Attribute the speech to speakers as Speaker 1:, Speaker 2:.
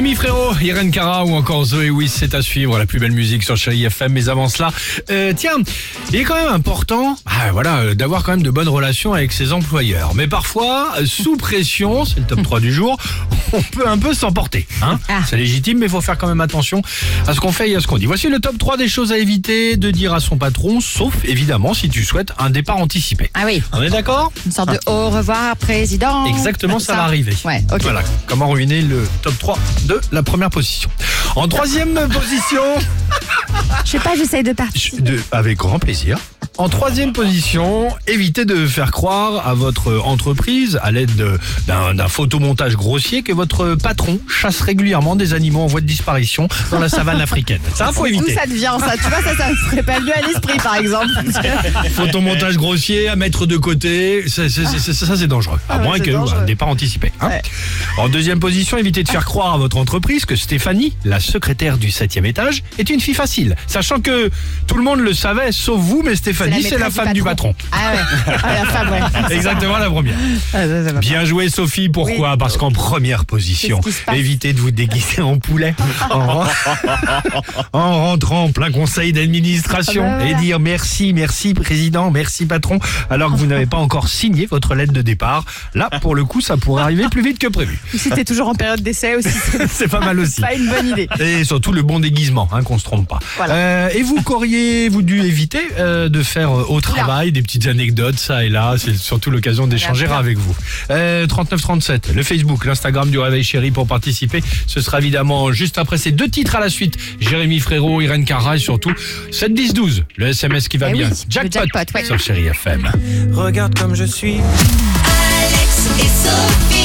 Speaker 1: Jérémy Frérot, Irène Cara ou encore Zoé Wiss, c'est à suivre, la plus belle musique sur Chérie FM. Mais avant cela, tiens, il est quand même important d'avoir quand même de bonnes relations avec ses employeurs. Mais parfois, sous pression, c'est le top 3 du jour, on peut un peu s'emporter. C'est légitime, mais il faut faire quand même attention à ce qu'on fait et à ce qu'on dit. Voici le top 3 des choses à éviter de dire à son patron, sauf évidemment si tu souhaites un départ anticipé.
Speaker 2: Ah oui.
Speaker 1: On est d'accord ?
Speaker 2: Une sorte de au revoir, président.
Speaker 1: Exactement, ça va arriver.
Speaker 2: Ouais, ok.
Speaker 1: Voilà, comment ruiner le top 3 de la première position. En troisième position...
Speaker 2: Je sais pas, j'essaye de partir.
Speaker 1: Avec grand plaisir. En troisième position, évitez de faire croire à votre entreprise, à l'aide d'un photomontage grossier, que votre patron chasse régulièrement des animaux en voie de disparition dans la savane africaine. Ça, faut éviter.
Speaker 2: Où ça devient ça? Tu vois, ça me serait pas venu à l'esprit, par exemple.
Speaker 1: Photomontage grossier à mettre de côté, ça c'est dangereux. À moins que un départ anticipé.
Speaker 2: Ouais.
Speaker 1: En deuxième position, évitez de faire croire à votre entreprise que Stéphanie, la secrétaire du 7e étage, est une fille facile. Sachant que tout le monde le savait, sauf vous, mais Stéphanie, c'est la femme du patron.
Speaker 2: Ah ouais, la femme, ouais.
Speaker 1: Exactement, la première. Bien joué, Sophie. Pourquoi ? Oui. Parce qu'en première position, évitez de vous déguiser en poulet en rentrant en plein conseil d'administration et dire merci président, merci patron, alors que vous n'avez pas encore signé votre lettre de départ. Là, pour le coup, ça pourrait arriver plus vite que prévu.
Speaker 2: Si t'es toujours en période d'essai aussi.
Speaker 1: C'est pas mal aussi.
Speaker 2: Pas une bonne idée.
Speaker 1: Et surtout le bon déguisement, qu'on se trompe pas. Voilà. Et vous qu'auriez-vous dû éviter de faire au travail, des petites anecdotes, ça et là. C'est surtout l'occasion d'échanger avec vous. 3937, le Facebook, l'Instagram du Réveil Chéri pour participer. Ce sera évidemment juste après ces deux titres à la suite. Jérémy Frérot, Irène Cara et surtout 71012, le SMS qui va bien.
Speaker 2: Oui,
Speaker 1: Jackpot sur Chéri FM.
Speaker 3: Regarde comme je suis.
Speaker 4: Alex et Sophie.